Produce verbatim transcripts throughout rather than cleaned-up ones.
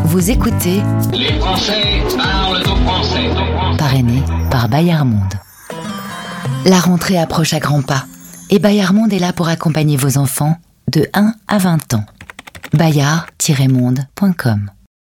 Vous écoutez Les Français parlent aux Français. Parrainé par Bayard Monde. La rentrée approche à grands pas et Bayard Monde est là pour accompagner vos enfants de un à vingt ans. bayard tiret monde point com.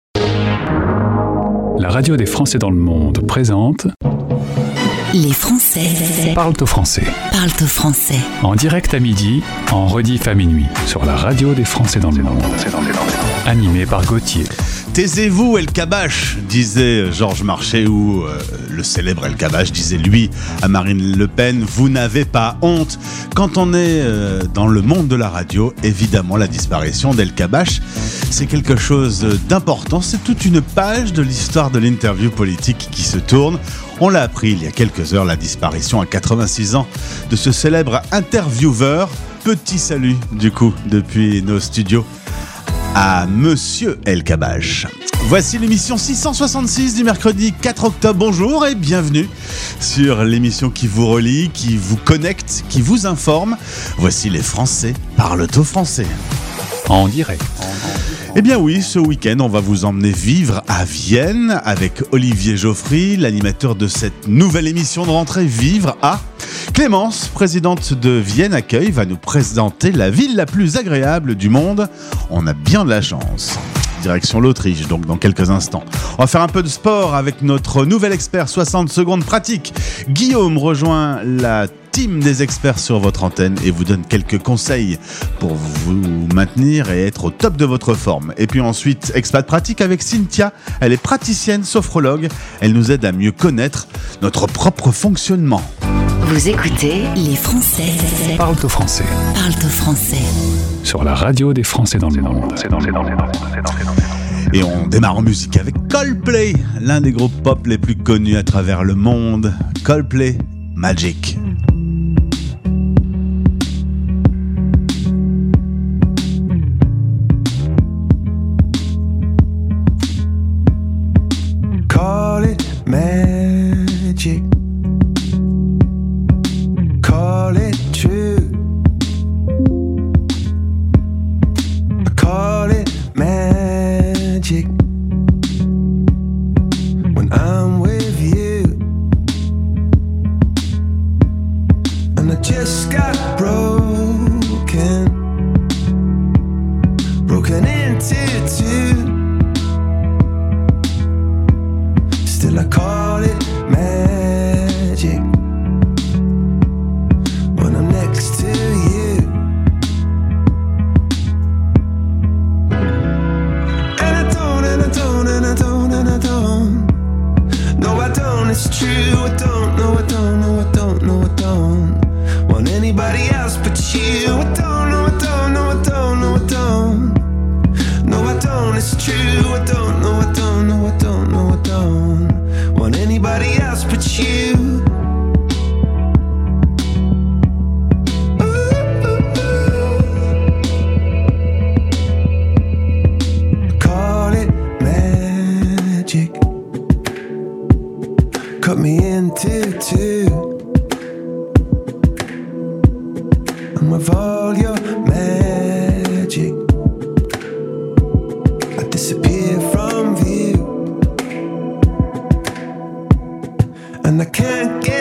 La radio des Français dans le monde présente Les Français Parlent aux Français. parlent au français. En direct à midi, en rediff à minuit, sur la radio des Français dans le monde. Animé par Gauthier. Taisez-vous, El Kabbach, disait Georges Marchais, ou euh, le célèbre El Kabbach disait lui à Marine Le Pen, vous n'avez pas honte. Quand on est euh, dans le monde de la radio, évidemment, la disparition d'El Kabbach, c'est quelque chose d'important. C'est toute une page de l'histoire de l'interview politique qui se tourne. On l'a appris il y a quelques heures, la disparition à quatre-vingt-six ans de ce célèbre intervieweur. Petit salut, du coup, depuis nos studios à Monsieur El Kabbach. Voici l'émission six cent soixante-six du mercredi quatre octobre. Bonjour et bienvenue sur l'émission qui vous relie, qui vous connecte, qui vous informe. Voici les Français parlent aux Français. En direct. Eh bien oui, ce week-end, on va vous emmener vivre à Vienne avec Olivier Geoffry, l'animateur de cette nouvelle émission de rentrée Vivre à. Clémence, présidente de Vienne Accueil, va nous présenter la ville la plus agréable du monde. On a bien de la chance. Direction l'Autriche, donc dans quelques instants. On va faire un peu de sport avec notre nouvel expert soixante secondes pratique. Guillaume rejoint la team des experts sur votre antenne et vous donne quelques conseils pour vous maintenir et être au top de votre forme. Et puis ensuite, expat pratique avec Cynthia. Elle est praticienne sophrologue. Elle nous aide à mieux connaître notre propre fonctionnement. Vous écoutez Les Français Parlent aux Français. parlent au français. Sur la radio des Français dans le monde. Et on démarre en musique avec Coldplay, l'un des groupes pop les plus connus à travers le monde. Coldplay, Magic. Call it magic. Call it true. I call it magic when I'm with you. And I just got broken, broken into two. Still I call it magic when I'm next to you. And I don't, and I don't, and I don't, and I don't. No, I don't, it's true, I don't, no, I don't, no, I don't, no, I don't want anybody else but you. I don't, no, I don't, no, I don't, no, I don't. No, I don't, it's true, I don't, no, I don't, no, I don't, no, I don't want anybody else but you. Call it magic. Cut me into two. And with all your magic, I disappear from view. And I can't get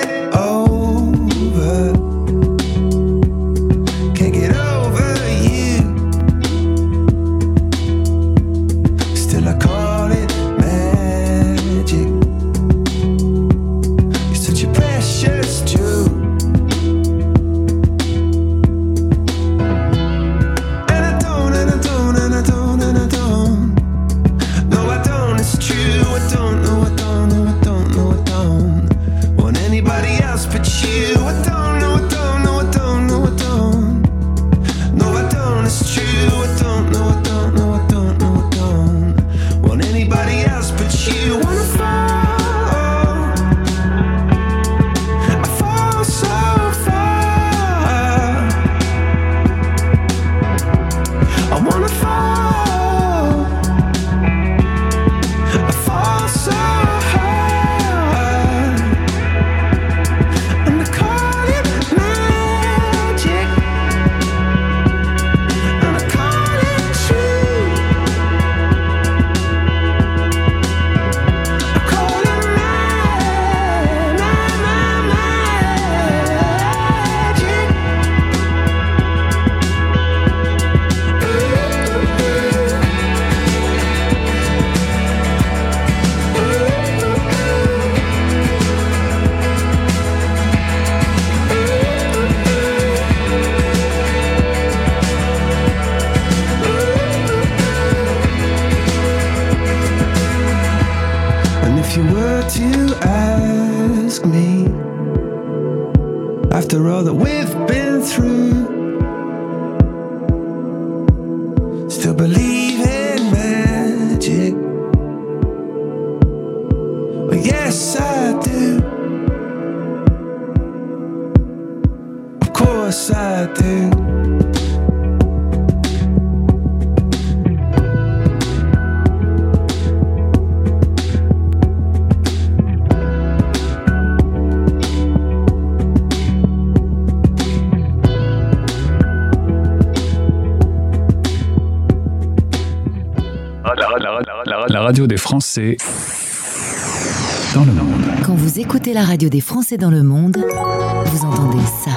were to ask me, after all that we've been through, still believe in magic? Well, yes, I do. Of course I do. La radio des Français dans le monde. Quand vous écoutez la radio des Français dans le monde, vous entendez ça.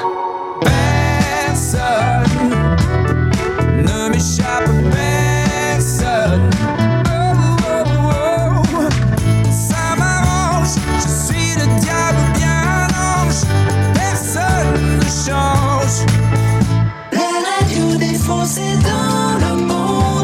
Personne ne m'échappe, personne. Oh, oh, oh. Ça m'arrange, je suis le diable bien ange. Personne ne change. La radio des Français dans le monde.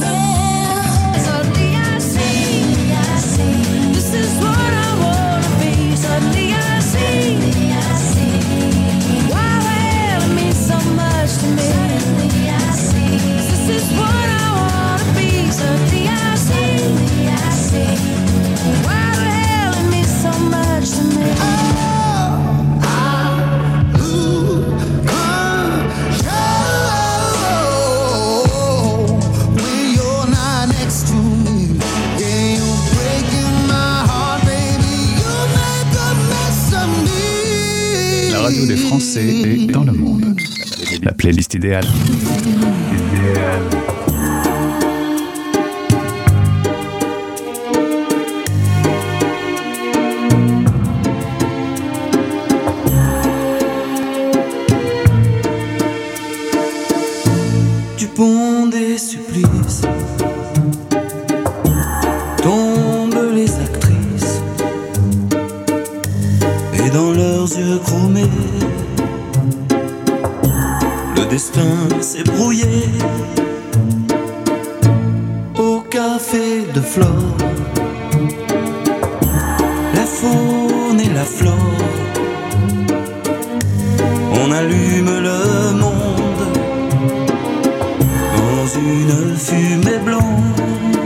La radio des Français dans le monde. La playlist idéale. Du pont des supplices tombent les actrices, et dans leurs yeux chromés, le destin s'est brouillé. Au café de Flore, la faune et la flore, on allume le monde dans une fumée blonde.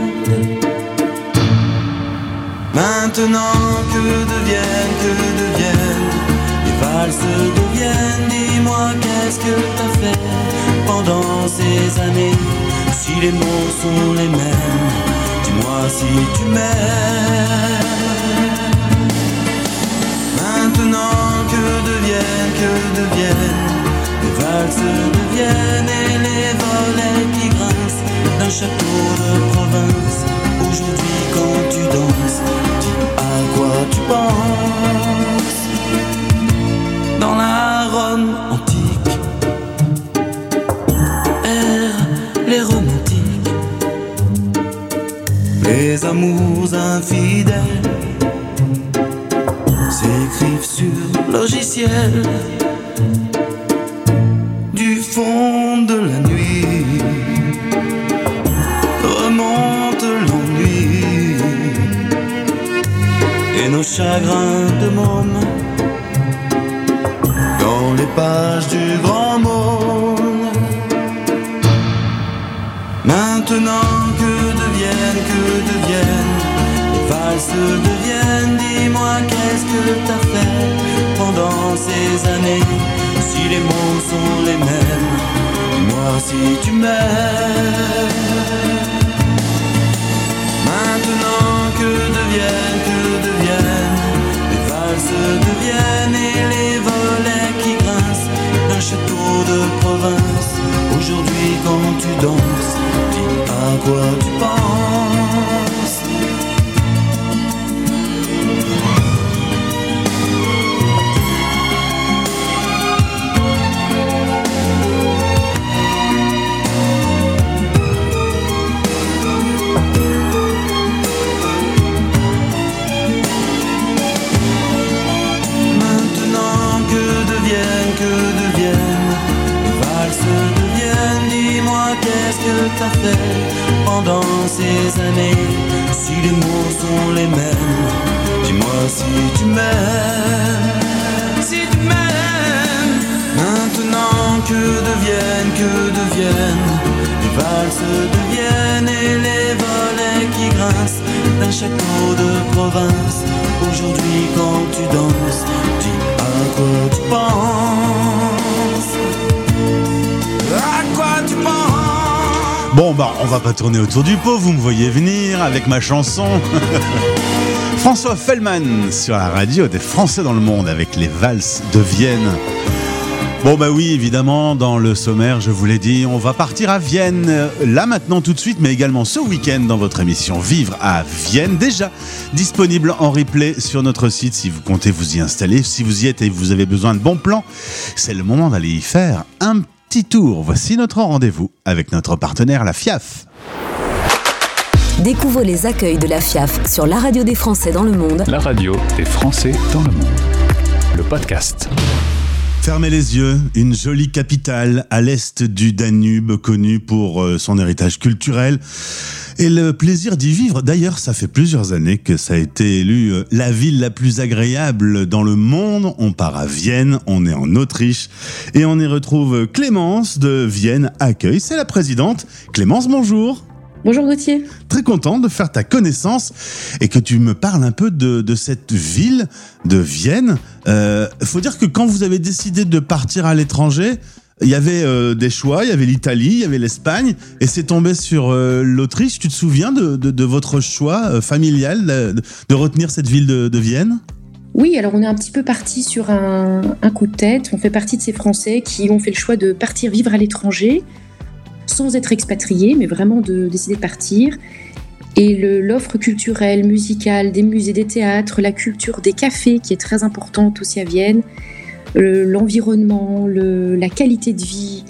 Maintenant que deviennent, que deviennent les valses deviennent. Dis-moi qu'est-ce que t'as fait pendant ces années? Si les mots sont les mêmes, dis-moi si tu m'aimes. Maintenant que deviennent, que deviennent les valses deviennent et les volets qui grincent d'un château de province. Aujourd'hui quand tu danses, dis à quoi tu penses. Dans la Rome antique errent les romantiques, les amours infidèles s'écrivent sur logiciel. Du fond de la nuit remonte l'ennui et nos chagrins de môme dans les pages du grand monde. Maintenant que deviennent, que deviennent les valses deviennent. Dis-moi qu'est-ce que t'as fait pendant ces années? Si les mots sont les mêmes, dis-moi si tu m'aimes. Maintenant que deviennent, que deviennent les valses deviennent et les volets qui grincent d'un château de province. Aujourd'hui quand tu danses, dis à quoi tu penses. Que deviennent les valses deviennent. Dis-moi qu'est-ce que t'as fait pendant ces années? Si les mots sont les mêmes, dis-moi si tu m'aimes, si tu m'aimes. Maintenant que deviennent, que deviennent les valses deviennent et les volets qui grincent d'un château de province. Aujourd'hui quand tu danses, dis à quoi tu penses, à quoi tu penses. Bon bah on va pas tourner autour du pot, vous me voyez venir avec ma chanson. François Fellman sur la radio des Français dans le monde avec les valses de Vienne. Bon bah oui, évidemment, dans le sommaire, je vous l'ai dit, on va partir à Vienne, là maintenant tout de suite, mais également ce week-end dans votre émission Vivre à Vienne, déjà disponible en replay sur notre site si vous comptez vous y installer. Si vous y êtes et vous avez besoin de bons plans, c'est le moment d'aller y faire un petit tour. Voici notre rendez-vous avec notre partenaire, la F I A F. Découvrez les accueils de la F I A F sur la radio des Français dans le monde. La radio des Français dans le monde. Le podcast. Fermez les yeux, une jolie capitale à l'est du Danube, connue pour son héritage culturel et le plaisir d'y vivre. D'ailleurs, ça fait plusieurs années que ça a été élu la ville la plus agréable dans le monde. On part à Vienne, on est en Autriche et on y retrouve Clémence de Vienne Accueil. C'est la présidente. Clémence, bonjour. Bonjour Gauthier. Très content de faire ta connaissance et que tu me parles un peu de, de cette ville de Vienne. Il euh, faut dire que quand vous avez décidé de partir à l'étranger, il y avait euh, des choix, il y avait l'Italie, il y avait l'Espagne et c'est tombé sur euh, l'Autriche. Tu te souviens de, de, de votre choix euh, familial de, de retenir cette ville de, de Vienne ? Oui, alors on est un petit peu parti sur un, un coup de tête. On fait partie de ces Français qui ont fait le choix de partir vivre à l'étranger sans être expatriés, mais vraiment de décider de partir. Et le, l'offre culturelle, musicale, des musées, des théâtres, la culture des cafés, qui est très importante aussi à Vienne, le, l'environnement, le, la qualité de vie.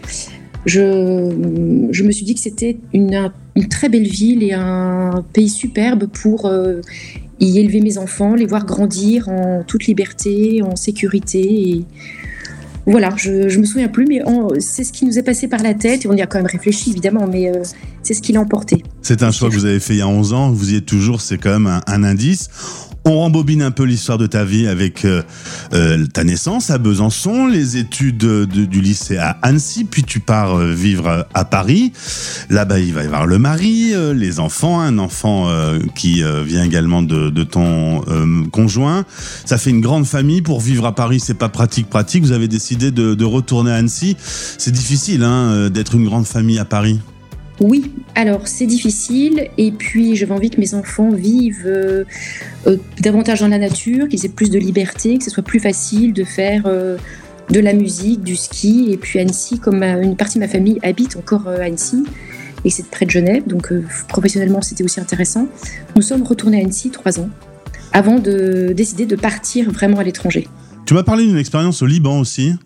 Je, je me suis dit que c'était une, une très belle ville et un pays superbe pour euh, y élever mes enfants, les voir grandir en toute liberté, en sécurité. Et voilà, je, je me souviens plus, mais on, c'est ce qui nous est passé par la tête et on y a quand même réfléchi évidemment, mais euh, c'est ce qui l'a emporté. C'est un choix que vous avez fait il y a onze ans, vous y êtes toujours, c'est quand même un, un indice. On rembobine un peu l'histoire de ta vie avec euh, euh, ta naissance à Besançon, les études de, du lycée à Annecy, puis tu pars euh, vivre à Paris. Là-bas, il va y avoir le mari, euh, les enfants, un enfant euh, qui euh, vient également de, de ton euh, conjoint. Ça fait une grande famille. Pour vivre à Paris, c'est pas pratique, pratique. Vous avez décidé de, de retourner à Annecy. C'est difficile hein, d'être une grande famille à Paris. Oui, alors c'est difficile et puis j'avais envie que mes enfants vivent euh, euh, davantage dans la nature, qu'ils aient plus de liberté, que ce soit plus facile de faire euh, de la musique, du ski. Et puis Annecy, comme ma, une partie de ma famille habite encore euh, à Annecy et c'est près de Genève, donc euh, professionnellement c'était aussi intéressant. Nous sommes retournés à Annecy trois ans avant de décider de partir vraiment à l'étranger. Tu m'as parlé d'une expérience au Liban aussi.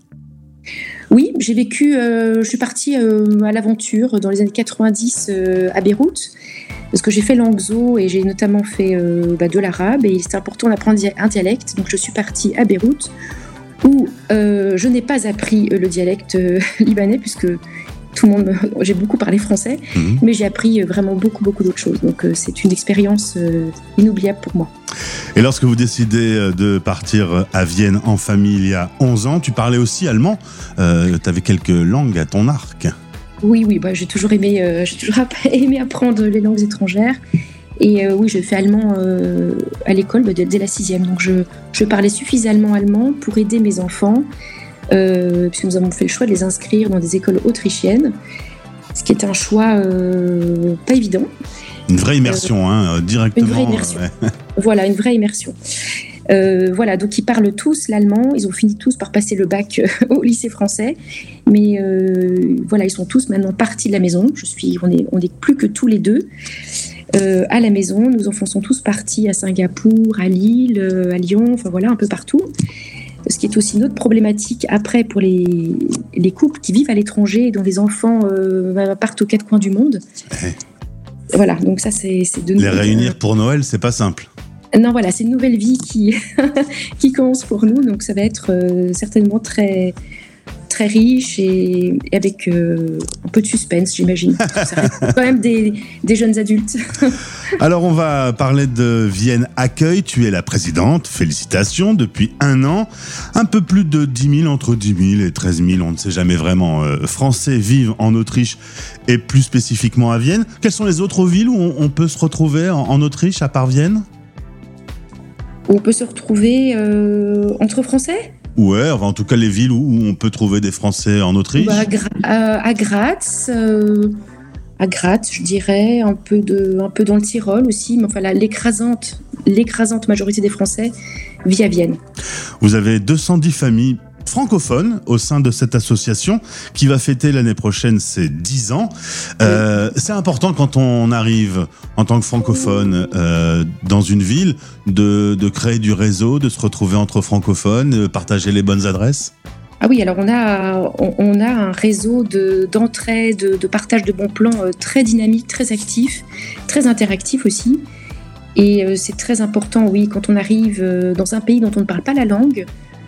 Oui, j'ai vécu, euh, je suis partie euh, à l'aventure dans les années quatre-vingt-dix euh, à Beyrouth, parce que j'ai fait l'angzo et j'ai notamment fait euh, bah, de l'arabe et c'était important d'apprendre un dialecte, donc je suis partie à Beyrouth où euh, je n'ai pas appris le dialecte euh, libanais puisque tout le monde, me... j'ai beaucoup parlé français, mmh. mais j'ai appris vraiment beaucoup, beaucoup d'autres choses. Donc euh, c'est une expérience euh, inoubliable pour moi. Et lorsque vous décidez de partir à Vienne en famille il y a onze ans, tu parlais aussi allemand. Euh, tu avais quelques langues à ton arc. Oui, oui, bah, j'ai toujours aimé, euh, j'ai toujours aimé apprendre les langues étrangères. Et euh, oui, je fais allemand euh, à l'école bah, dès, dès la sixième. Donc je, je parlais suffisamment allemand pour aider mes enfants. Euh, puisque nous avons fait le choix de les inscrire dans des écoles autrichiennes, ce qui est un choix euh, pas évident. Une vraie immersion, euh, hein, directement. Une vraie immersion. Ouais. Voilà, une vraie immersion. Euh, voilà, donc ils parlent tous l'allemand, ils ont fini tous par passer le bac euh, au lycée français, mais euh, voilà, ils sont tous maintenant partis de la maison. Je suis, on est, on est plus que tous les deux euh, à la maison. Nos enfants sont tous partis à Singapour, à Lille, euh, à Lyon, enfin voilà, un peu partout. Ce qui est aussi une autre problématique après pour les, les couples qui vivent à l'étranger et dont les enfants euh, partent aux quatre coins du monde. Ouais. Voilà, donc ça c'est, c'est de les réunir pour Noël, c'est pas simple. Non, voilà, c'est une nouvelle vie qui qui commence pour nous, donc ça va être euh, certainement très très riche et, et avec euh, un peu de suspense, j'imagine. Ça reste quand même des, des jeunes adultes. Alors, on va parler de Vienne Accueil. Tu es la présidente. Félicitations. Depuis un an, un peu plus de dix mille, entre dix mille et treize mille, on ne sait jamais vraiment, euh, Français vivent en Autriche et plus spécifiquement à Vienne. Quelles sont les autres villes où on, on peut se retrouver en, en Autriche à part Vienne ? Où on peut se retrouver euh, entre Français ? Ouais, enfin, en tout cas les villes où, où on peut trouver des Français en Autriche. Bah, à, Gra- à, à Graz, euh, à Graz, je dirais, un peu, de, un peu dans le Tyrol aussi, mais enfin la, l'écrasante, l'écrasante majorité des Français vit à Vienne. Vous avez deux cent dix familles francophones au sein de cette association qui va fêter l'année prochaine ses dix ans. Euh, oui. C'est important quand on arrive en tant que francophone euh, dans une ville de, de créer du réseau, de se retrouver entre francophones, de partager les bonnes adresses. Ah oui, alors on a, on, on a un réseau de, d'entraide, de, de partage de bons plans euh, très dynamique, très actif, très interactif aussi. Et euh, c'est très important, oui, quand on arrive euh, dans un pays dont on ne parle pas la langue,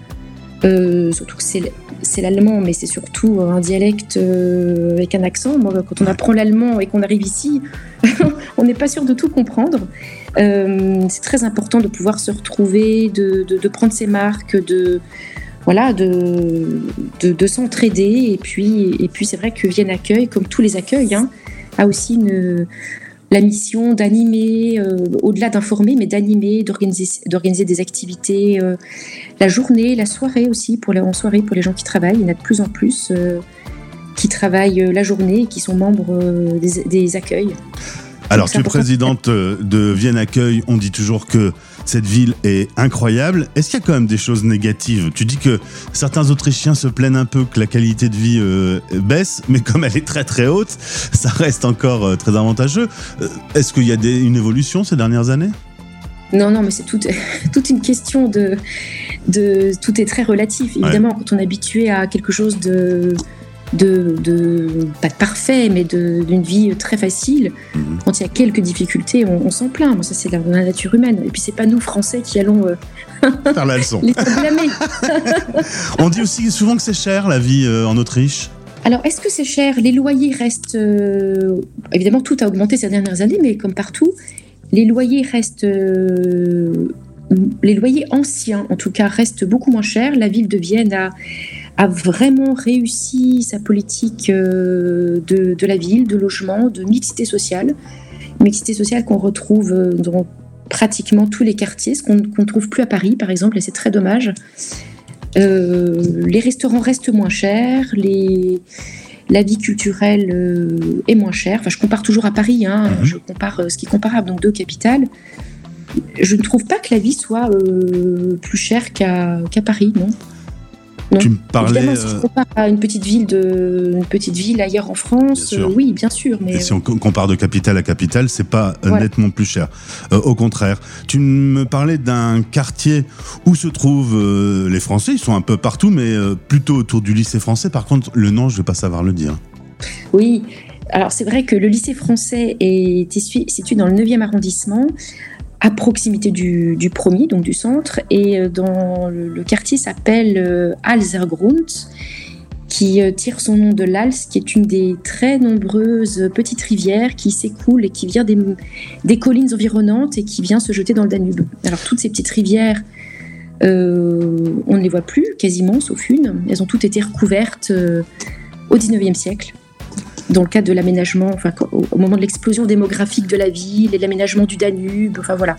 Euh, surtout que c'est, c'est l'allemand, mais c'est surtout un dialecte euh, avec un accent. Moi, quand on apprend l'allemand et qu'on arrive ici, on n'est pas sûr de tout comprendre. Euh, c'est très important de pouvoir se retrouver, de, de, de prendre ses marques, de, voilà, de, de, de s'entraider. Et puis, et puis, c'est vrai que Vienne Accueil, comme tous les accueils, hein, a aussi une... la mission d'animer, euh, au-delà d'informer, mais d'animer, d'organiser, d'organiser des activités, euh, la journée, la soirée aussi, pour les, en soirée pour les gens qui travaillent. Il y en a de plus en plus euh, qui travaillent la journée et qui sont membres euh, des, des accueils. Alors, tu es présidente de Vienne Accueil, on dit toujours que cette ville est incroyable. Est-ce qu'il y a quand même des choses négatives ? Tu dis que certains Autrichiens se plaignent un peu que la qualité de vie euh, baisse, mais comme elle est très très haute, ça reste encore euh, très avantageux. Euh, est-ce qu'il y a des, une évolution ces dernières années ? Non, non, mais c'est tout, toute une question de, de... Tout est très relatif. Évidemment, ouais. Quand on est habitué à quelque chose de... De, de, pas de parfait, mais de, d'une vie très facile. Mmh. Quand il y a quelques difficultés, on, on s'en plaint. Bon, ça, c'est la, la nature humaine. Et puis, c'est pas nous, Français, qui allons euh, faire la leçon. les blâmer. On dit aussi souvent que c'est cher, la vie euh, en Autriche. Alors, est-ce que c'est cher ? Les loyers restent... Euh, évidemment, tout a augmenté ces dernières années, mais comme partout, les loyers restent... Euh, les loyers anciens, en tout cas, restent beaucoup moins chers. La ville de Vienne a... a vraiment réussi sa politique de, de la ville, de logement, de mixité sociale. Mixité sociale qu'on retrouve dans pratiquement tous les quartiers, ce qu'on ne trouve plus à Paris, par exemple, et c'est très dommage. Euh, les restaurants restent moins chers, les, la vie culturelle euh, est moins chère. Enfin, je compare toujours à Paris, hein, mmh. je compare ce qui est comparable, donc deux capitales. Je ne trouve pas que la vie soit euh, plus chère qu'à, qu'à Paris, non. Non. Tu me parlais. Évidemment, si je compare à une petite ville de, une petite ville ailleurs en France, bien euh, oui, bien sûr. Mais et si on compare de capitale à capitale, c'est pas voilà. nettement plus cher. Euh, au contraire, tu me parlais d'un quartier où se trouvent euh, les Français. Ils sont un peu partout, mais euh, plutôt autour du lycée français. Par contre, le nom, je vais pas savoir le dire. Oui. Alors c'est vrai que le lycée français est situé dans le neuvième arrondissement. À proximité du, du Promis, donc du centre, et dans le, le quartier s'appelle euh, Alsergrund, qui euh, tire son nom de l'Als, qui est une des très nombreuses petites rivières qui s'écoulent et qui vient des, des collines environnantes et qui vient se jeter dans le Danube. Alors toutes ces petites rivières, euh, on ne les voit plus quasiment, sauf une. Elles ont toutes été recouvertes euh, au dix-neuvième siècle. Dans le cadre de l'aménagement, enfin, au moment de l'explosion démographique de la ville et de l'aménagement du Danube, enfin voilà.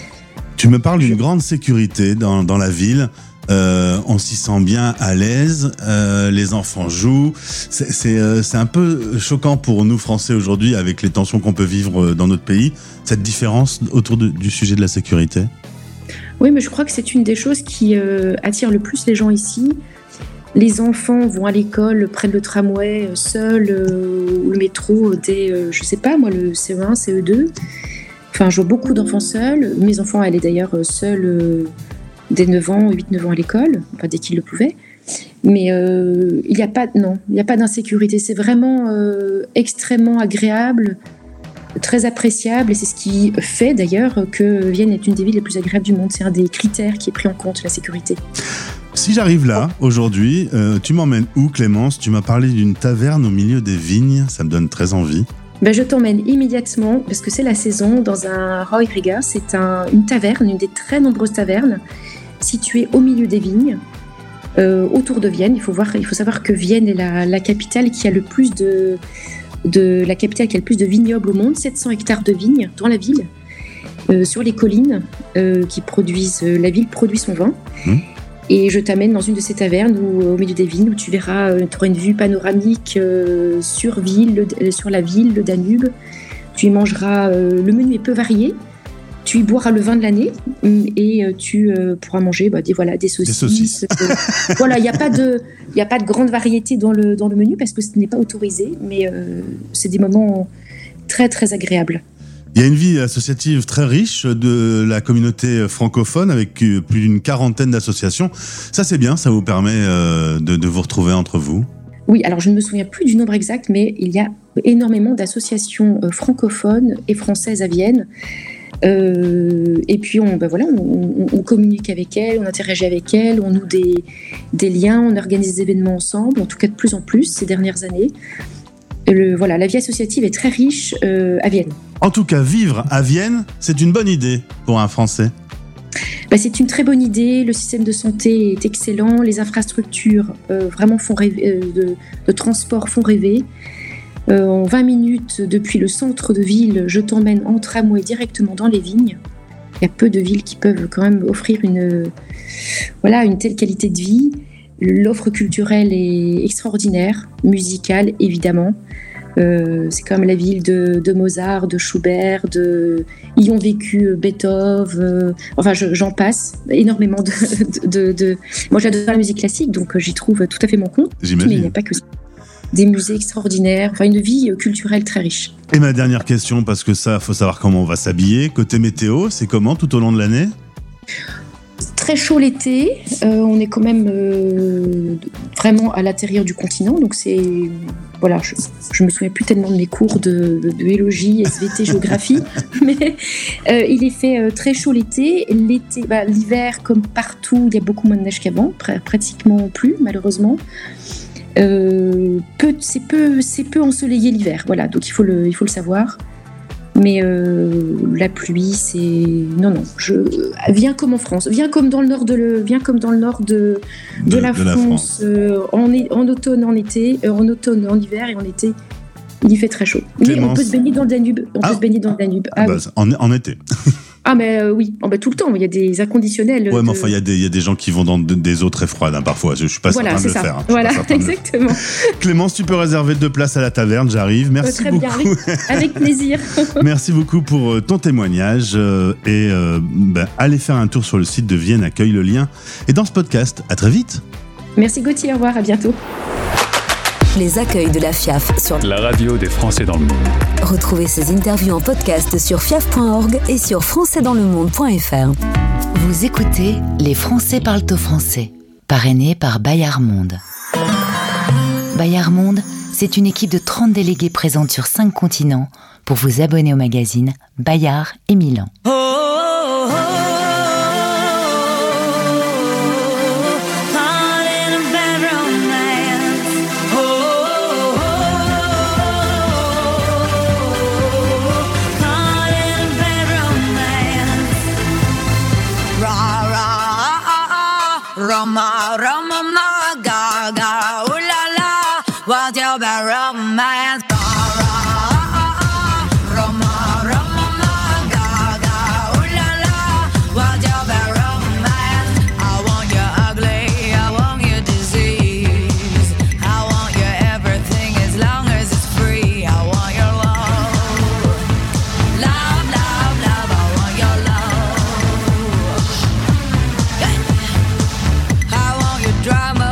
Tu me parles d'une grande sécurité dans, dans la ville. Euh, on s'y sent bien à l'aise, euh, les enfants jouent. C'est, c'est, euh, c'est un peu choquant pour nous Français aujourd'hui avec les tensions qu'on peut vivre dans notre pays, cette différence autour de, du sujet de la sécurité. Oui, mais je crois que c'est une des choses qui euh, attire le plus les gens ici. Les enfants vont à l'école, prennent le tramway seuls euh, ou le métro dès, euh, je sais pas moi, le C E un, C E deux. Enfin, je vois beaucoup d'enfants seuls. Mes enfants allaient d'ailleurs seuls euh, dès neuf ans, huit neuf ans à l'école, enfin, dès qu'ils le pouvaient. Mais euh, il n'y a pas, non, il n'y a pas d'insécurité. C'est vraiment euh, extrêmement agréable, très appréciable. Et c'est ce qui fait d'ailleurs que Vienne est une des villes les plus agréables du monde. C'est un des critères qui est pris en compte, la sécurité. Si j'arrive là, aujourd'hui, euh, tu m'emmènes où, Clémence ? Tu m'as parlé d'une taverne au milieu des vignes, ça me donne très envie. Ben, je t'emmène immédiatement, parce que c'est la saison, dans un Royriga. C'est un, une taverne, une des très nombreuses tavernes, située au milieu des vignes, euh, autour de Vienne. Il faut, voir, il faut savoir que Vienne est la, la capitale qui a le plus de, de, la capitale qui a le plus de vignobles au monde, sept cents hectares de vignes dans la ville, euh, sur les collines euh, qui produisent, euh, la ville produit son vin. Mmh. Et je t'amène dans une de ces tavernes où, au milieu des vignes, où tu verras, euh, tu auras une vue panoramique euh, sur, ville, le, sur la ville, le Danube. Tu y mangeras, euh, le menu est peu varié. Tu y boiras le vin de l'année et euh, tu euh, pourras manger bah, des, voilà, des saucisses. Des saucisses. Euh, voilà, il n'y a pas de, il y a pas de grande variété dans le, dans le menu parce que ce n'est pas autorisé, mais euh, c'est des moments très très agréables. Il y a une vie associative très riche de la communauté francophone avec plus d'une quarantaine d'associations. Ça, c'est bien, ça vous permet euh, de, de vous retrouver entre vous. Oui, alors je ne me souviens plus du nombre exact, mais il y a énormément d'associations euh, francophones et françaises à Vienne. Euh, et puis, on, ben voilà, on, on, on communique avec elles, on interagit avec elles, on noue des, des liens, on organise des événements ensemble, en tout cas de plus en plus ces dernières années. Le, voilà, la vie associative est très riche euh, à Vienne. En tout cas, vivre à Vienne, c'est une bonne idée pour un Français. Bah, c'est une très bonne idée. Le système de santé est excellent. Les infrastructures euh, vraiment font rêver, euh, de, de transport font rêver. Euh, en vingt minutes depuis le centre de ville, je t'emmène en tramway directement dans les vignes. Il y a peu de villes qui peuvent quand même offrir une, voilà, une telle qualité de vie. L'offre culturelle est extraordinaire, musicale évidemment. Euh, c'est quand même la ville de, de Mozart, de Schubert, de... y ont vécu Beethoven, euh... enfin je, j'en passe, énormément de, de, de, de... Moi j'adore la musique classique, donc j'y trouve tout à fait mon compte. J'imagine. Mais il n'y a pas que ça. Des musées extraordinaires, enfin une vie culturelle très riche. Et ma dernière question, parce que ça, faut savoir comment on va s'habiller. Côté météo, c'est comment tout au long de l'année ? Très chaud l'été, euh, on est quand même euh, vraiment à l'intérieur du continent, donc c'est voilà, je, je me souviens plus tellement de mes cours de, de biologie, S V T, géographie, mais euh, il est fait euh, très chaud l'été. L'été, bah, l'hiver comme partout, il y a beaucoup moins de neige qu'avant, pr- pratiquement plus malheureusement. Euh, peu, c'est peu, c'est peu ensoleillé l'hiver, voilà, donc il faut le, il faut le savoir. Mais euh, la pluie, c'est non non. Je viens comme en France, viens comme dans le nord de le, viens comme dans le nord de de, de, la, de France, la France. Euh, en, en automne, en été, euh, en automne, en hiver et en été, il y fait très chaud. Clémence. Mais on peut se baigner dans le Danube. On ah. peut se baigner dans le Danube. Ah, ah bah, oui. en, en été. Ah mais euh, oui, oh, bah, tout le temps. Il y a des inconditionnels. Ouais, de... mais enfin il y a des il y a des gens qui vont dans de, des eaux très froides hein, parfois. Je, je suis pas voilà, certain de le ça. faire. Hein. Voilà, exactement. Clémence, tu peux réserver deux places à la taverne. J'arrive. Merci très beaucoup. Bien, avec, avec plaisir. Merci beaucoup pour euh, ton témoignage euh, et euh, ben, allez faire un tour sur le site de Vienne Accueille, le lien est dans ce podcast. À très vite. Merci Gauthier. Au revoir. À bientôt. Les accueils de la F I A F sur la radio des Français dans le monde. Retrouvez ces interviews en podcast sur fiaf point org et sur français dans le monde point f r. Vous écoutez Les Français parlent au français, parrainé par Bayard Monde. Bayard Monde, c'est une équipe de trente délégués présente sur cinq continents pour vous abonner au magazine Bayard et Milan. Oh, oh, oh. Roma, Roma, ma, ga, ga, ooh la la, what's your bad romance? Drama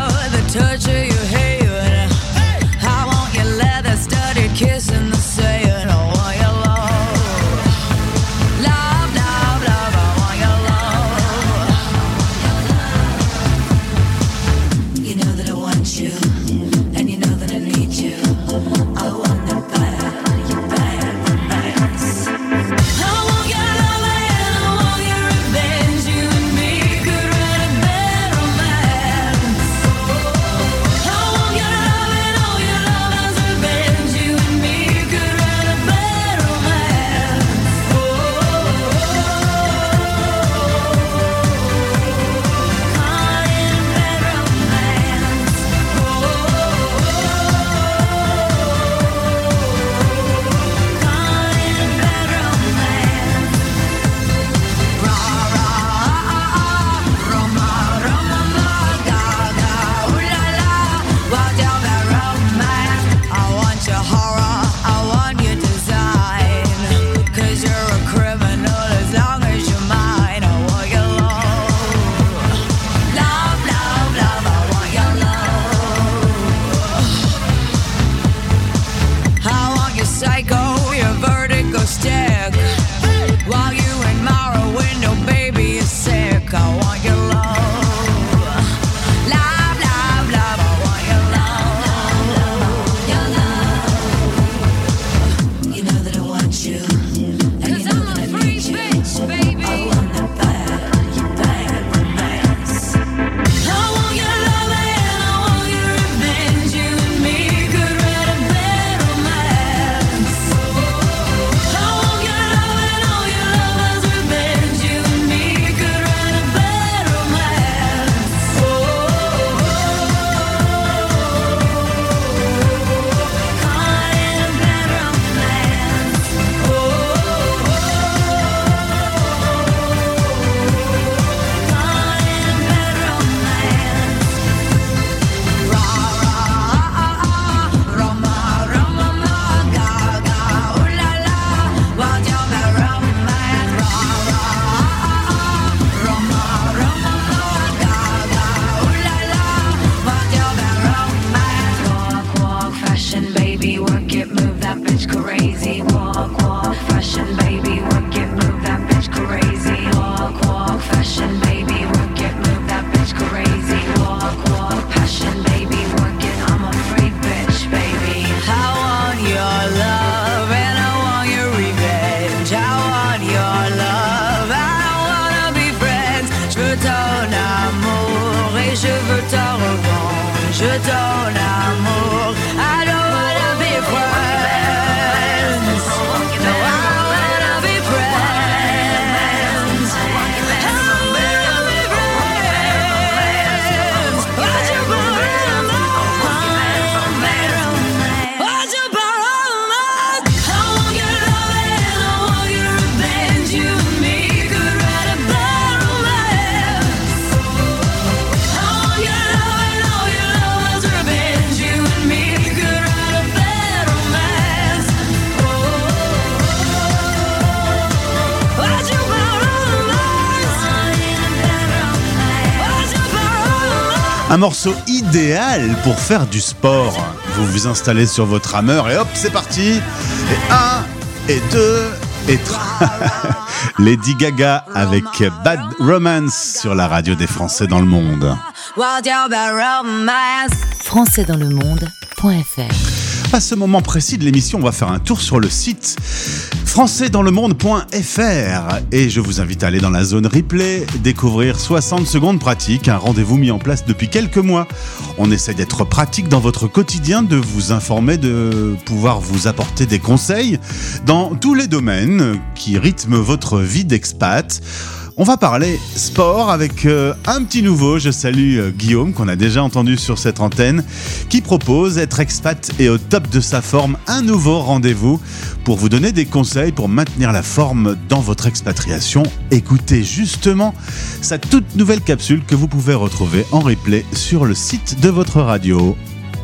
je donne l'amour. I don't wanna be friends. No, I wanna be friends. I wanna be friends. What's your romance? What's your romance? I want your love and I want your revenge. You and me could write a bad romance. I want your love and all your love's revenge. You and me could write a bad romance. What's your romance? What's your romance? Un morceau idéal pour faire du sport. Vous vous installez sur votre rameur et hop, c'est parti. Et un, et deux, et trois. Lady Gaga avec Bad Romance sur la radio des Français dans le monde. What's your bad romance? français dans le monde point f r. À ce moment précis de l'émission, on va faire un tour sur le site français dans le monde point f r et je vous invite à aller dans la zone replay, découvrir soixante secondes pratiques, un rendez-vous mis en place depuis quelques mois. On essaie d'être pratique dans votre quotidien, de vous informer, de pouvoir vous apporter des conseils dans tous les domaines qui rythment votre vie d'expat. On va parler sport avec euh, un petit nouveau. Je salue euh, Guillaume, qu'on a déjà entendu sur cette antenne, qui propose Être expat et au top de sa forme, un nouveau rendez-vous pour vous donner des conseils pour maintenir la forme dans votre expatriation. Écoutez justement sa toute nouvelle capsule que vous pouvez retrouver en replay sur le site de votre radio.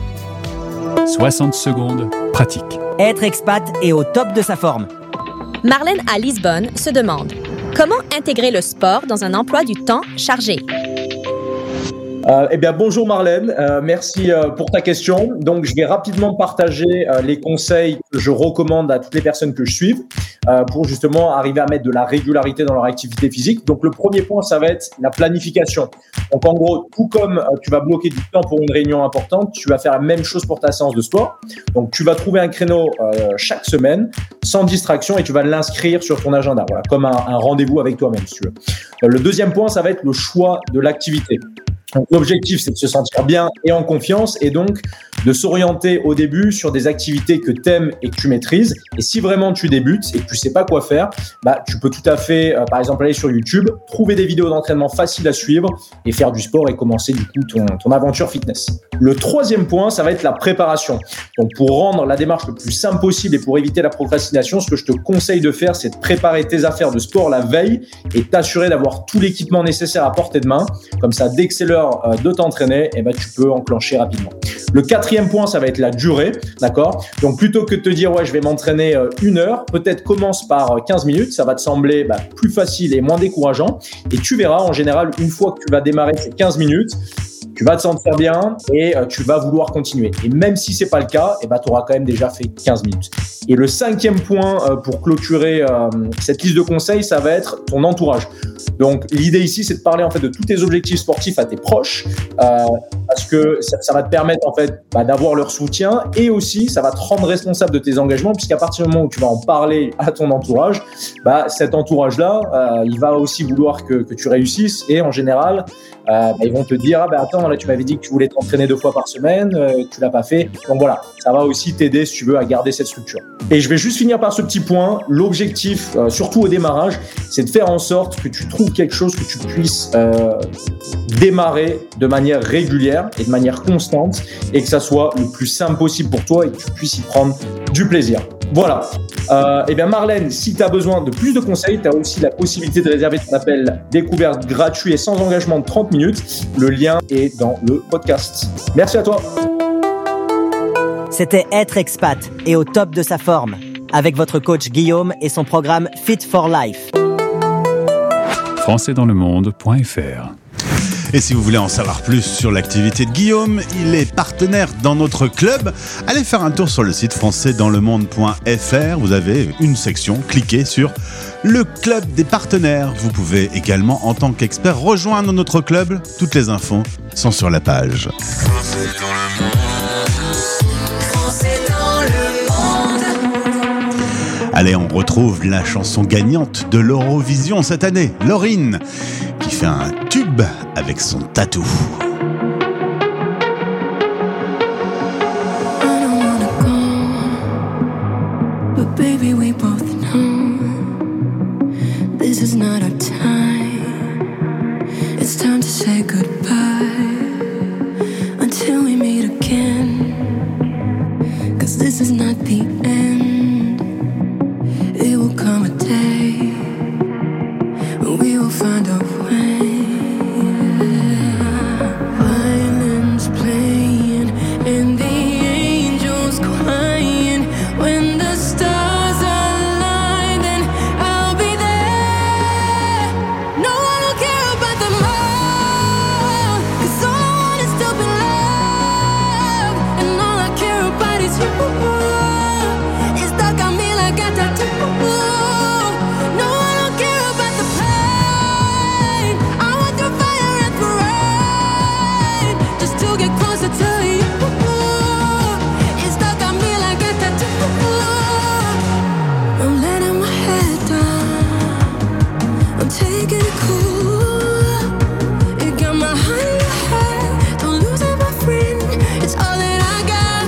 soixante secondes pratiques. Être expat et au top de sa forme. Marlène à Lisbonne se demande comment intégrer le sport dans un emploi du temps chargé. Euh, eh bien, bonjour Marlène, euh, merci euh, pour ta question. Donc, je vais rapidement partager euh, les conseils que je recommande à toutes les personnes que je suive euh, pour justement arriver à mettre de la régularité dans leur activité physique. Donc, le premier point, ça va être la planification. Donc, en gros, tout comme euh, tu vas bloquer du temps pour une réunion importante, tu vas faire la même chose pour ta séance de sport. Donc, tu vas trouver un créneau euh, chaque semaine, sans distraction, et tu vas l'inscrire sur ton agenda, voilà, comme un, un rendez-vous avec toi-même, si tu veux. Euh, le deuxième point, ça va être le choix de l'activité. Donc, l'objectif, c'est de se sentir bien et en confiance et donc de s'orienter au début sur des activités que tu aimes et que tu maîtrises. Et si vraiment tu débutes et que tu sais pas quoi faire, bah, tu peux tout à fait, euh, par exemple, aller sur YouTube, trouver des vidéos d'entraînement faciles à suivre et faire du sport et commencer du coup ton, ton aventure fitness. Le troisième point, ça va être la préparation. Donc, pour rendre la démarche le plus simple possible et pour éviter la procrastination, ce que je te conseille de faire, c'est de préparer tes affaires de sport la veille et t'assurer d'avoir tout l'équipement nécessaire à portée de main. Comme ça, dès que c'est l'heure de t'entraîner, eh ben, tu peux enclencher rapidement. Le quatrième point, ça va être la durée, d'accord ? Donc, plutôt que de te dire, ouais, je vais m'entraîner une heure, peut-être commence par quinze minutes, ça va te sembler bah, plus facile et moins décourageant. Et tu verras, en général, une fois que tu vas démarrer ces quinze minutes, tu vas te sentir bien et euh, tu vas vouloir continuer. Et même si c'est pas le cas, eh ben, tu auras quand même déjà fait quinze minutes. Et le cinquième point euh, pour clôturer euh, cette liste de conseils, ça va être ton entourage. Donc, l'idée ici, c'est de parler en fait de tous tes objectifs sportifs à tes proches, euh, parce que ça, ça va te permettre en fait bah, d'avoir leur soutien et aussi ça va te rendre responsable de tes engagements, puisqu'à partir du moment où tu vas en parler à ton entourage, bah, cet entourage-là, euh, il va aussi vouloir que, que tu réussisses et en général, euh, bah, ils vont te dire ah bah attends là tu m'avais dit que tu voulais t'entraîner deux fois par semaine, euh, tu l'as pas fait. Donc voilà, ça va aussi t'aider si tu veux à garder cette structure. Et je vais juste finir par ce petit point. L'objectif, euh, surtout au démarrage, c'est de faire en sorte que tu trouves quelque chose que tu puisses euh, démarrer de manière régulière et de manière constante et que ça soit le plus simple possible pour toi et que tu puisses y prendre du plaisir. Voilà. Euh, et bien Marlène, si tu as besoin de plus de conseils, tu as aussi la possibilité de réserver ton appel découverte gratuit et sans engagement de trente minutes. Le lien est dans le podcast. Merci à toi. C'était Être expat et au top de sa forme avec votre coach Guillaume et son programme Fit for Life. français dans le monde point f r. Et si vous voulez en savoir plus sur l'activité de Guillaume, il est partenaire dans notre club. Allez faire un tour sur le site français dans le monde point f r. Vous avez une section, cliquez sur le club des partenaires. Vous pouvez également, en tant qu'expert, rejoindre notre club. Toutes les infos sont sur la page. Allez, on retrouve la chanson gagnante de l'Eurovision cette année, Lauryn, qui fait un tube avec son tatou. This is not our time. It's time to say goodbye until we meet again. 'Cause this is not the end. It will come a day when we will find a way. Violins playing and the angels crying. When the stars align, then I'll be there. No one will care about the more, 'cause all I want is to be loved, and all I care about is you. It's stuck on me like a tattoo. No one will care about the pain. I went through fire and through rain just to get closer to you. It's stuck on me like a tattoo. I'm letting my head down. I'm taking it cool. You got my heart in your head. Don't lose it, my friend. It's all that I got.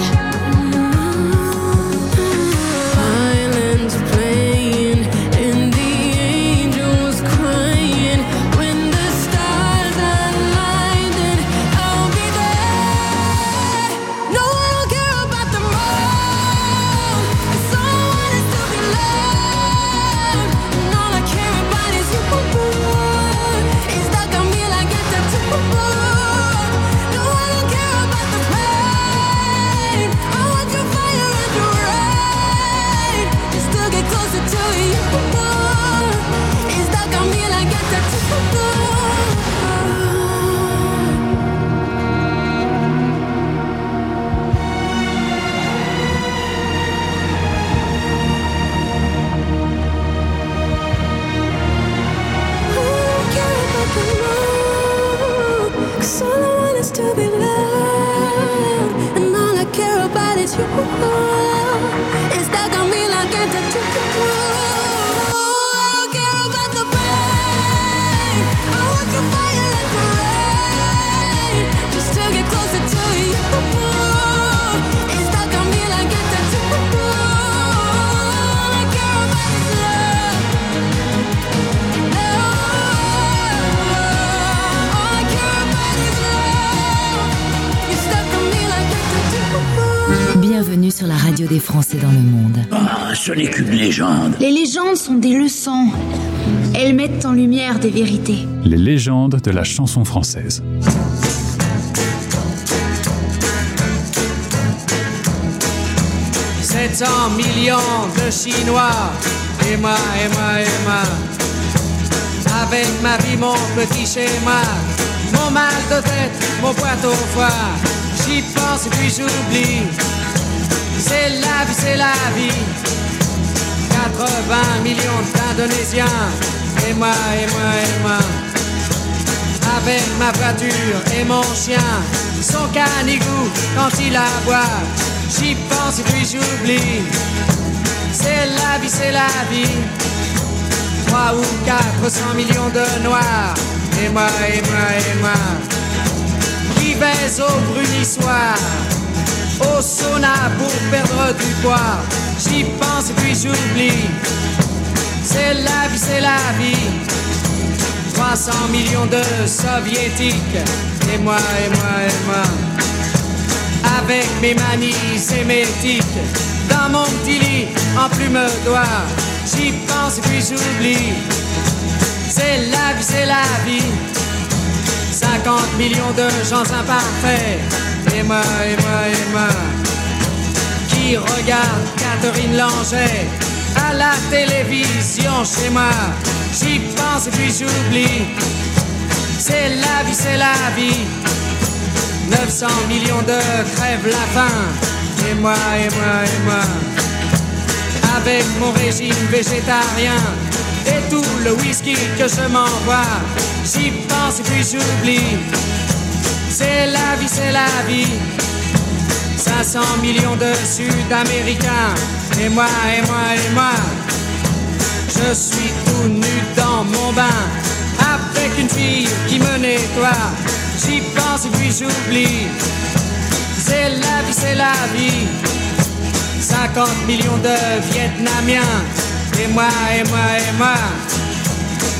Violins playing and the angels crying. When the stars align, then I'll be there. No one will care about the more, 'cause all I want is to be loved, and all I care about is you. It's stuck on me like a tattoo. No one will care about the pain. I want your fire and your rain just to get closer to you. It's stuck on me like a tattoo. Cause all I want is to be loved, and all I care about is you. It's stuck on me like a tattoo. I don't care about the pain. I want your fire and your rain just to get closer to you. It's stuck on me like a tattoo. All I care about is love. All I care about is love. You're stuck on me like a tattoo. Bienvenue sur la radio des Français dans le monde. Ah, ce n'est qu'une légende. Les légendes sont des leçons. Elles mettent en lumière des vérités. Les légendes de la chanson française. sept cents millions de Chinois, et moi, et moi, et moi. Avec ma vie, mon petit schéma, mon mal de tête, mon boîte au foie. J'y pense et puis j'oublie. C'est la vie, c'est la vie. quatre-vingts millions d'Indonésiens, et moi, et moi, et moi. Avec ma voiture et mon chien, son canigou quand il aboie. J'y pense et puis j'oublie. C'est la vie, c'est la vie. Trois ou quatre cents millions de noirs, et moi, et moi, et moi. Qui baise au brunissoir, au sauna pour perdre du poids. J'y pense et puis j'oublie. C'est la vie, c'est la vie. trois cents millions de soviétiques, et moi, et moi, et moi. Avec mes manies sémétiques, dans mon petit lit en plume d'oie. J'y pense et puis j'oublie. C'est la vie, c'est la vie. cinquante millions de gens imparfaits, et moi, et moi, et moi. Qui regarde Catherine Langeais à la télévision chez moi. J'y pense et puis j'oublie. C'est la vie, c'est la vie. neuf cents millions de crèvent la faim, et moi, et moi, et moi. Avec mon régime végétarien et tout le whisky que je m'envoie. J'y pense et puis j'oublie. C'est la vie, c'est la vie. cinq cents millions de Sud-Américains, et moi, et moi, et moi. Je suis tout nu dans mon bain, avec une fille qui me nettoie. J'y pense et puis j'oublie. C'est la vie, c'est la vie. cinquante millions de Vietnamiens, et moi, et moi, et moi.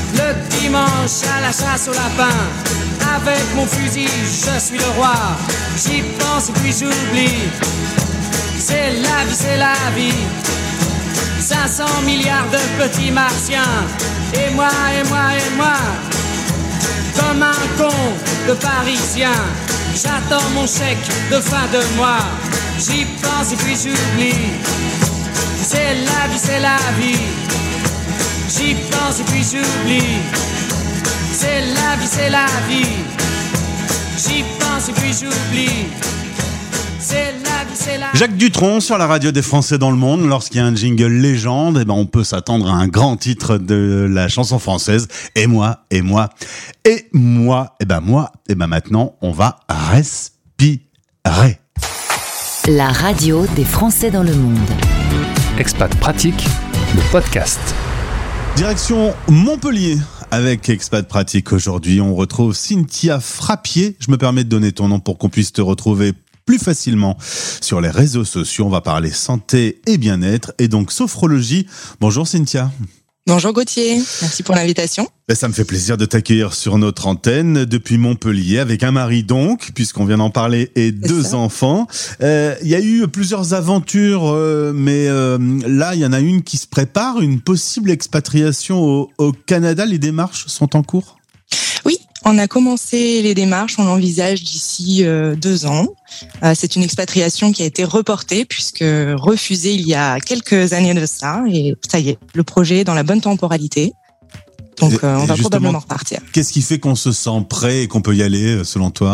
dimanche à la chasse au lapin. Avec mon fusil, je suis le roi. J'y pense et puis j'oublie. C'est la vie, c'est la vie. cinq cents milliards de petits martiens. Et moi, et moi, et moi. Comme un con de parisien. J'attends mon chèque de fin de mois. J'y pense et puis j'oublie. C'est la vie, c'est la vie. J'y pense et puis j'oublie. C'est la vie, c'est la vie. J'y pense et puis j'oublie. C'est la vie, c'est la vie. Jacques Dutronc sur la radio des Français dans le monde. Lorsqu'il y a un jingle légende, eh ben on peut s'attendre à un grand titre de la chanson française. Et moi, et moi, et moi, et ben moi, et ben maintenant, on va respirer. La radio des Français dans le monde. Expat Pratique, le podcast. Direction Montpellier. Avec Expat Pratique aujourd'hui, on retrouve Cynthia Frappier. Je me permets de donner ton nom pour qu'on puisse te retrouver plus facilement sur les réseaux sociaux. On va parler santé et bien-être et donc sophrologie. Bonjour Cynthia. Bonjour Gauthier, merci pour l'invitation. Ben, ça me fait plaisir de t'accueillir sur notre antenne depuis Montpellier avec un mari donc, puisqu'on vient d'en parler, et deux ça. enfants. Il euh, y a eu plusieurs aventures, euh, mais euh, là il y en a une qui se prépare, une possible expatriation au, au Canada. Les démarches sont en cours ? Oui, on a commencé les démarches, on l'envisage d'ici euh, deux ans. Euh, c'est une expatriation qui a été reportée puisque refusée il y a quelques années de ça. Et ça y est, le projet est dans la bonne temporalité. Donc euh, on va probablement repartir. Qu'est-ce qui fait qu'on se sent prêt et qu'on peut y aller selon toi ?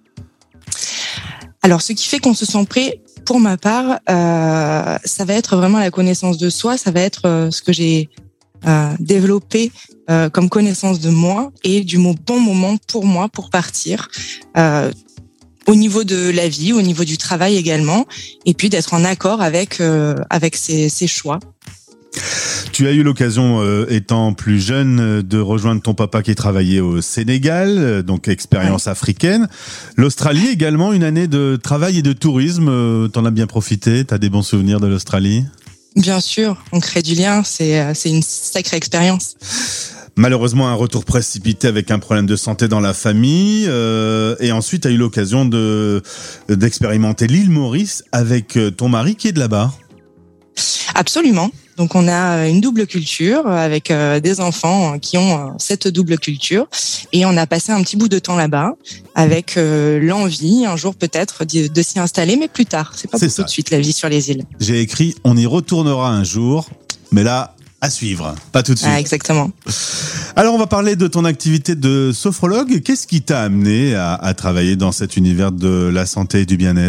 Alors ce qui fait qu'on se sent prêt, pour ma part, euh, ça va être vraiment la connaissance de soi, ça va être euh, ce que j'ai euh, développé euh, comme connaissance de moi et du bon moment pour moi pour partir. Euh, au niveau de la vie, au niveau du travail également, et puis d'être en accord avec euh, avec ses, ses choix. Tu as eu l'occasion, euh, étant plus jeune, de rejoindre ton papa qui travaillait au Sénégal, donc expérience ouais. africaine. L'Australie également, une année de travail et de tourisme. Euh, t'en as bien profité? T'as des bons souvenirs de l'Australie? Bien sûr, on crée du lien, c'est, c'est une sacrée expérience. Malheureusement, un retour précipité avec un problème de santé dans la famille. Euh, et ensuite, tu as eu l'occasion de, d'expérimenter l'île Maurice avec ton mari qui est de là-bas. Absolument. Donc, on a une double culture avec des enfants qui ont cette double culture. Et on a passé un petit bout de temps là-bas avec l'envie, un jour peut-être, de, de s'y installer, mais plus tard. C'est pas C'est pour ça. Tout de suite la vie sur les îles. J'ai écrit « On y retournera un jour », mais là... à suivre, pas tout de suite. Ah, exactement. Alors, on va parler de ton activité de sophrologue. Qu'est-ce qui t'a amené à, à travailler dans cet univers de la santé et du bien-être ?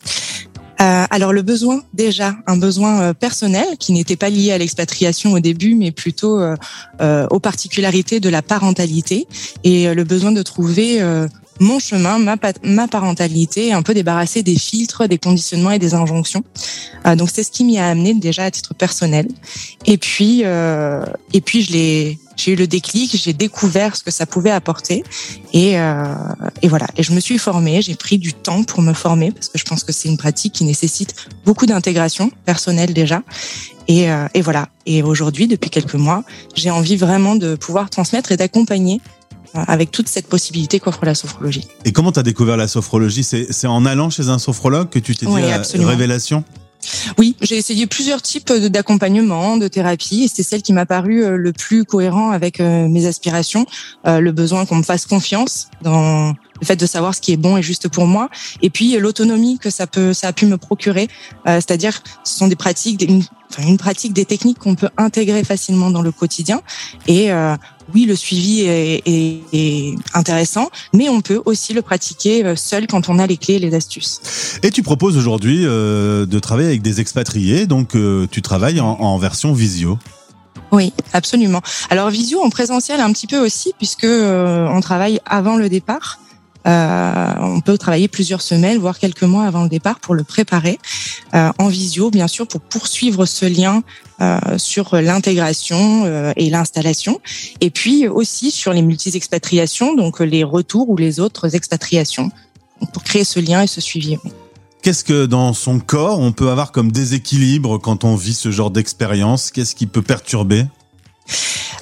Euh, alors le besoin, déjà, un besoin euh, personnel qui n'était pas lié à l'expatriation au début, mais plutôt euh, euh, aux particularités de la parentalité et euh, le besoin de trouver euh, mon chemin, ma, ma parentalité, un peu débarrassé des filtres, des conditionnements et des injonctions. Euh, donc c'est ce qui m'y a amené déjà à titre personnel. Et puis, euh, et puis je l'ai, j'ai eu le déclic, j'ai découvert ce que ça pouvait apporter, et, euh, et voilà. Et je me suis formée, j'ai pris du temps pour me former parce que je pense que c'est une pratique qui nécessite beaucoup d'intégration personnelle déjà. Et, euh, et voilà. Et aujourd'hui, depuis quelques mois, j'ai envie vraiment de pouvoir transmettre et d'accompagner avec toute cette possibilité qu'offre la sophrologie. Et comment tu as découvert la sophrologie ? c'est, c'est en allant chez un sophrologue que tu t'es oui, dit la absolument. révélation ? Oui, j'ai essayé plusieurs types d'accompagnement, de thérapie, et c'est celle qui m'a paru le plus cohérent avec mes aspirations, le besoin qu'on me fasse confiance dans le fait de savoir ce qui est bon et juste pour moi, et puis l'autonomie que ça peut, ça a pu me procurer, c'est-à-dire ce sont des pratiques, une, enfin une pratique, des techniques qu'on peut intégrer facilement dans le quotidien, et euh, oui, le suivi est, est, est intéressant, mais on peut aussi le pratiquer seul quand on a les clés et les astuces. Et tu proposes aujourd'hui euh, de travailler avec des expatriés, donc euh, tu travailles en, en version visio. Oui, absolument. Alors visio en présentiel un petit peu aussi, puisque euh, on travaille avant le départ. Euh, on peut travailler plusieurs semaines, voire quelques mois avant le départ pour le préparer. Euh, en visio, bien sûr, pour poursuivre ce lien euh, sur l'intégration euh, et l'installation. Et puis aussi sur les multi-expatriations, donc les retours ou les autres expatriations, donc pour créer ce lien et ce suivi. Qu'est-ce que dans son corps on peut avoir comme déséquilibre quand on vit ce genre d'expérience ? Qu'est-ce qui peut perturber ?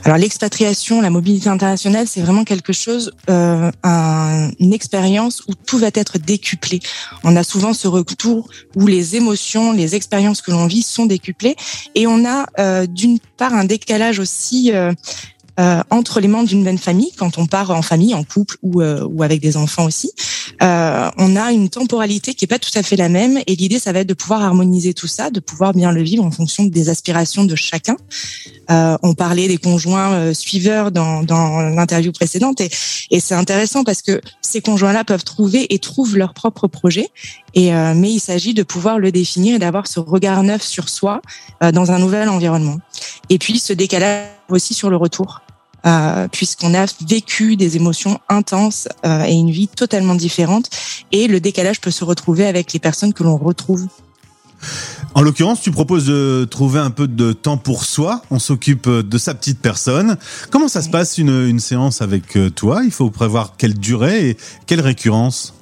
Alors l'expatriation, la mobilité internationale, c'est vraiment quelque chose, euh, un, une expérience où tout va être décuplé. On a souvent ce retour où les émotions, les expériences que l'on vit sont décuplées, et on a euh, d'une part un décalage aussi euh, euh, entre les membres d'une même famille, quand on part en famille, en couple ou, euh, ou avec des enfants aussi. Euh, on a une temporalité qui est pas tout à fait la même, et l'idée, ça va être de pouvoir harmoniser tout ça, de pouvoir bien le vivre en fonction des aspirations de chacun. Euh, on parlait des conjoints euh, suiveurs dans, dans l'interview précédente, et, et c'est intéressant parce que ces conjoints-là peuvent trouver et trouvent leur propre projet, et, euh, mais il s'agit de pouvoir le définir et d'avoir ce regard neuf sur soi euh, dans un nouvel environnement. Et puis ce décalage aussi sur le retour. Euh, puisqu'on a vécu des émotions intenses euh, et une vie totalement différente, et le décalage peut se retrouver avec les personnes que l'on retrouve. En l'occurrence, tu proposes de trouver un peu de temps pour soi. On s'occupe de sa petite personne. Comment ça se passe une, une séance avec toi? Il faut prévoir quelle durée et quelle récurrence?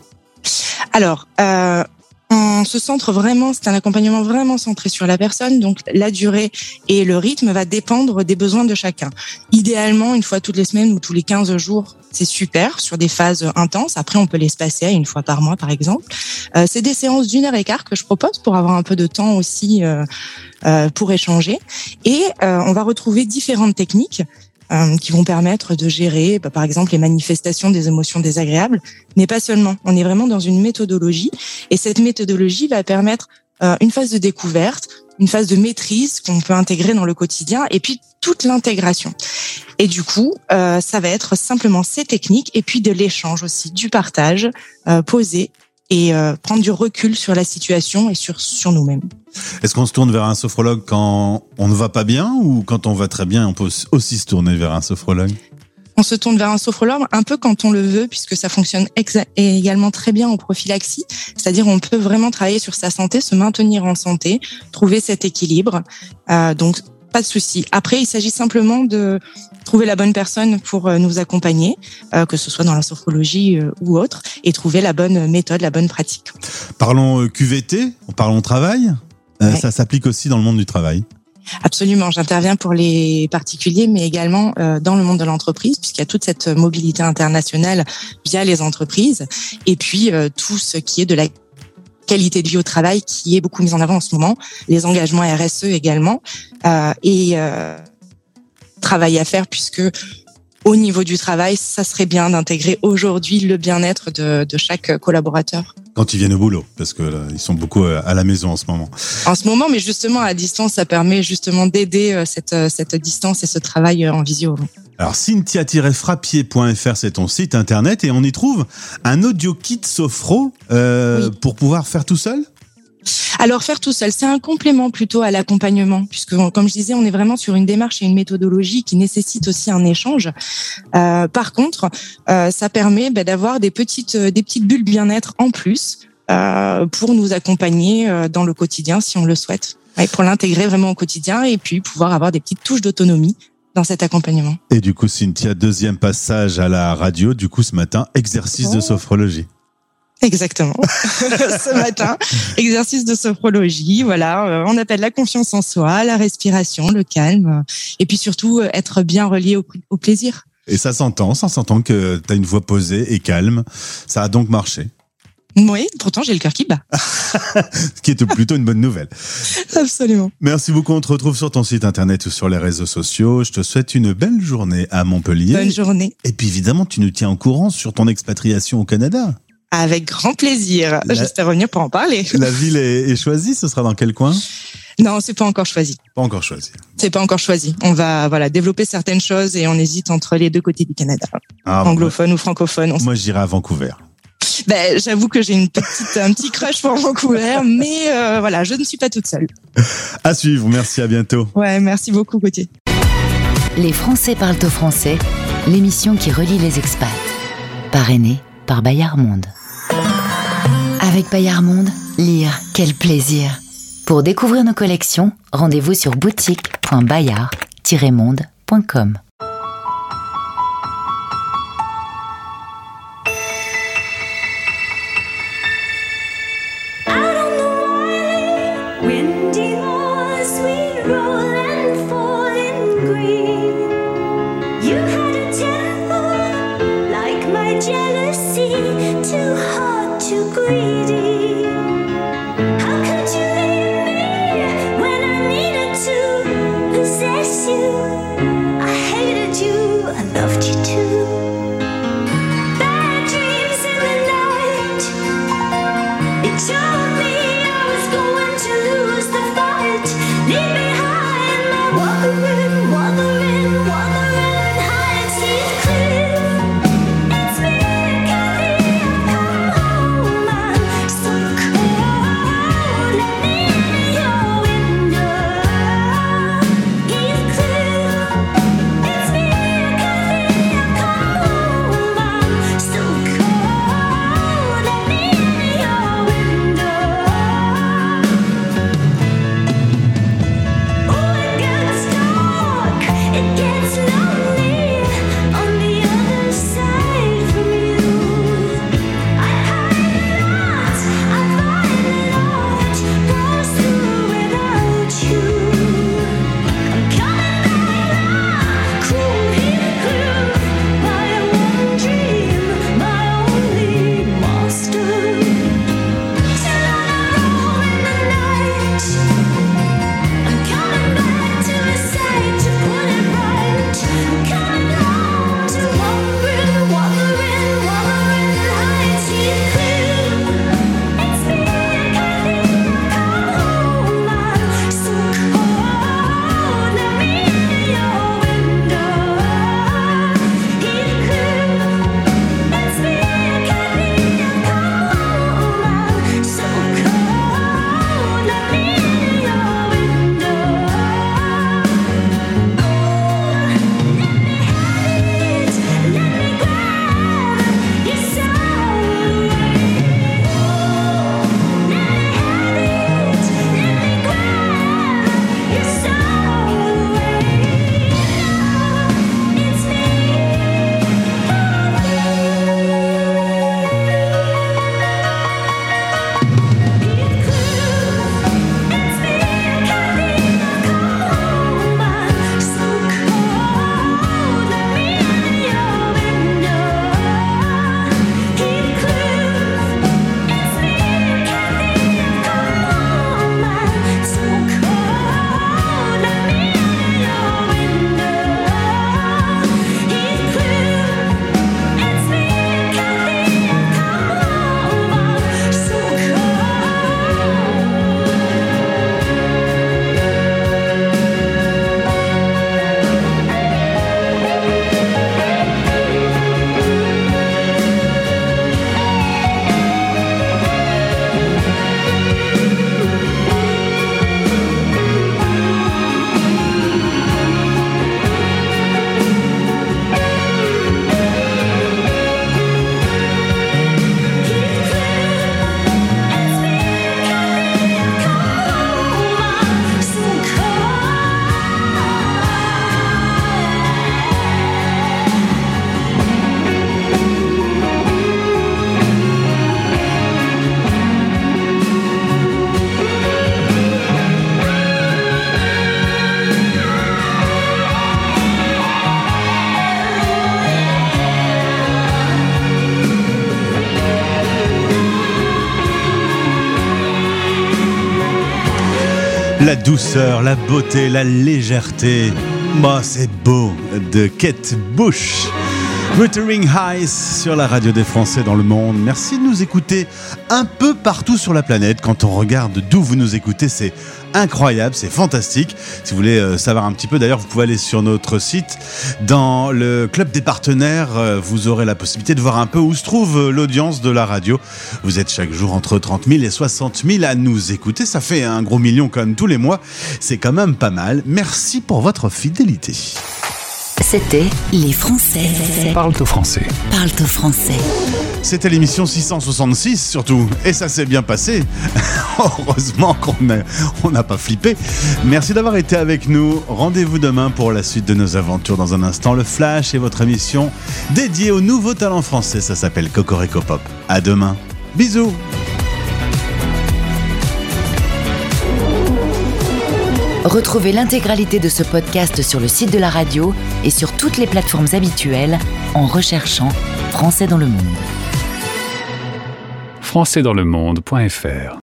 Alors, euh, on se centre vraiment, c'est un accompagnement vraiment centré sur la personne, donc la durée et le rythme va dépendre des besoins de chacun. Idéalement, une fois toutes les semaines ou tous les quinze jours, c'est super, sur des phases intenses. Après, on peut l'espacer à une fois par mois, par exemple. Euh, c'est des séances d'une heure et quart que je propose pour avoir un peu de temps aussi euh, euh, pour échanger. Et euh, on va retrouver différentes techniques euh, qui vont permettre de gérer, bah, par exemple, les manifestations des émotions désagréables, mais pas seulement. On est vraiment dans une méthodologie, et cette méthodologie va permettre euh, une phase de découverte, une phase de maîtrise qu'on peut intégrer dans le quotidien, et puis toute l'intégration. Et du coup, euh, ça va être simplement ces techniques, et puis de l'échange aussi, du partage, euh, poser et euh, prendre du recul sur la situation et sur, sur nous-mêmes. Est-ce qu'on se tourne vers un sophrologue quand on ne va pas bien, ou quand on va très bien, on peut aussi se tourner vers un sophrologue? On se tourne vers un sophrologue un peu quand on le veut, puisque ça fonctionne exa- également très bien en prophylaxie. C'est-à-dire on peut vraiment travailler sur sa santé, se maintenir en santé, trouver cet équilibre. Euh, donc, pas de souci. Après, il s'agit simplement de trouver la bonne personne pour nous accompagner, euh, que ce soit dans la sophrologie euh, ou autre, et trouver la bonne méthode, la bonne pratique. Parlons Q V T, parlons travail. Euh, Ouais. Ça s'applique aussi dans le monde du travail. Absolument, j'interviens pour les particuliers, mais également euh, dans le monde de l'entreprise, puisqu'il y a toute cette mobilité internationale via les entreprises, et puis euh, tout ce qui est de la qualité de vie au travail qui est beaucoup mise en avant en ce moment, les engagements R S E également, euh, et euh, travail à faire, puisque au niveau du travail, ça serait bien d'intégrer aujourd'hui le bien-être de, de chaque collaborateur. Quand ils viennent au boulot, parce que là, ils sont beaucoup à la maison en ce moment. En ce moment, mais justement à distance, ça permet justement d'aider cette, cette distance et ce travail en visio. Alors, cynthia tiret frappier point f r, c'est ton site internet, et on y trouve un audio kit sophro euh, oui. pour pouvoir faire tout seul. Alors, faire tout seul, c'est un complément plutôt à l'accompagnement, puisque, comme je disais, on est vraiment sur une démarche et une méthodologie qui nécessite aussi un échange. Euh, par contre, euh, ça permet bah, d'avoir des petites, des petites bulles bien-être en plus euh, pour nous accompagner euh, dans le quotidien, si on le souhaite, ouais, pour l'intégrer vraiment au quotidien et puis pouvoir avoir des petites touches d'autonomie dans cet accompagnement. Et du coup, Cynthia, deuxième passage à la radio, du coup, ce matin, exercice oh. de sophrologie. Exactement. Ce matin, exercice de sophrologie, voilà, on appelle la confiance en soi, la respiration, le calme, et puis surtout être bien relié au, au plaisir. Et ça s'entend, ça s'entend que tu as une voix posée et calme, ça a donc marché. Oui, pourtant j'ai le cœur qui bat. Ce qui est plutôt une bonne nouvelle. Absolument. Merci beaucoup, on te retrouve sur ton site internet ou sur les réseaux sociaux. Je te souhaite une belle journée à Montpellier. Bonne journée. Et puis évidemment, tu nous tiens au courant sur ton expatriation au Canada. Avec grand plaisir. La... J'espère revenir pour en parler. La ville est, est choisie, ce sera dans quel coin ? Non, c'est pas encore choisi. Pas encore choisi. C'est pas encore choisi. On va voilà développer certaines choses et on hésite entre les deux côtés du Canada, ah, anglophone moi, ou francophone. Moi, j'irai à Vancouver. Ben, j'avoue que j'ai une petite, un petit crush pour Vancouver, mais euh, voilà, je ne suis pas toute seule. À suivre. Merci, à bientôt. Ouais, merci beaucoup, Gauthier. Les Français parlent au français, l'émission qui relie les expats. Parrainée par Bayard Monde. Avec Bayard Monde, lire, quel plaisir! Pour découvrir nos collections, rendez-vous sur boutique point bayard tiret monde point com. Windy moors we roll and fall in green. too hot, too greedy. How could you leave me when I needed to possess you? I hated you, I loved you too. Bad dreams in the night. It told me I was going to lose the fight. Leave behind my wandering, wandering, wandering hide. See it clear. It's me, Kathy. I've come home. I'm so cold. Let me in your window. It's clear. It's me, Kathy. I've come home. I'm so cold. Let me in your window. Oh, it gets dark, it gets lonely on the other side from you. I find it out, I find it out, goes through without you. I'm coming back, cruel Heathcliff, my one dream, my only master. Till I roll in the night. I'm coming back to a sight to put it right. I'm coming home to wandering, wandering, wandering heights. See it clear. It's me, Kathy. I've come home. I'm so cold. Let me in your window. See it clear. It's me, Kathy. I've come home. I'm so cold. Let me in your window. La douceur, la beauté, la légèreté. Bah, c'est beau, de Kate Bush. Wuthering Heights sur la radio des Français dans le monde. Merci de nous écouter un peu partout sur la planète. Quand on regarde d'où vous nous écoutez, c'est incroyable, c'est fantastique. Si vous voulez euh, savoir un petit peu, d'ailleurs, vous pouvez aller sur notre site. Dans le club des partenaires, euh, vous aurez la possibilité de voir un peu où se trouve euh, l'audience de la radio. Vous êtes chaque jour entre trente mille et soixante mille à nous écouter. Ça fait un gros million quand même tous les mois. C'est quand même pas mal. Merci pour votre fidélité. C'était Les Français. Parle-toi français. Parle-toi français. C'était l'émission six cent soixante-six surtout, et ça s'est bien passé. Heureusement qu'on n'a on n'a pas flippé. Merci d'avoir été avec nous. Rendez-vous demain pour la suite de nos aventures. Dans un instant, le Flash et votre émission dédiée aux nouveaux talents français. Ça s'appelle Cocorico Pop. À demain. Bisous. Retrouvez l'intégralité de ce podcast sur le site de la radio et sur toutes les plateformes habituelles en recherchant Français dans le monde. français dans le monde point f r.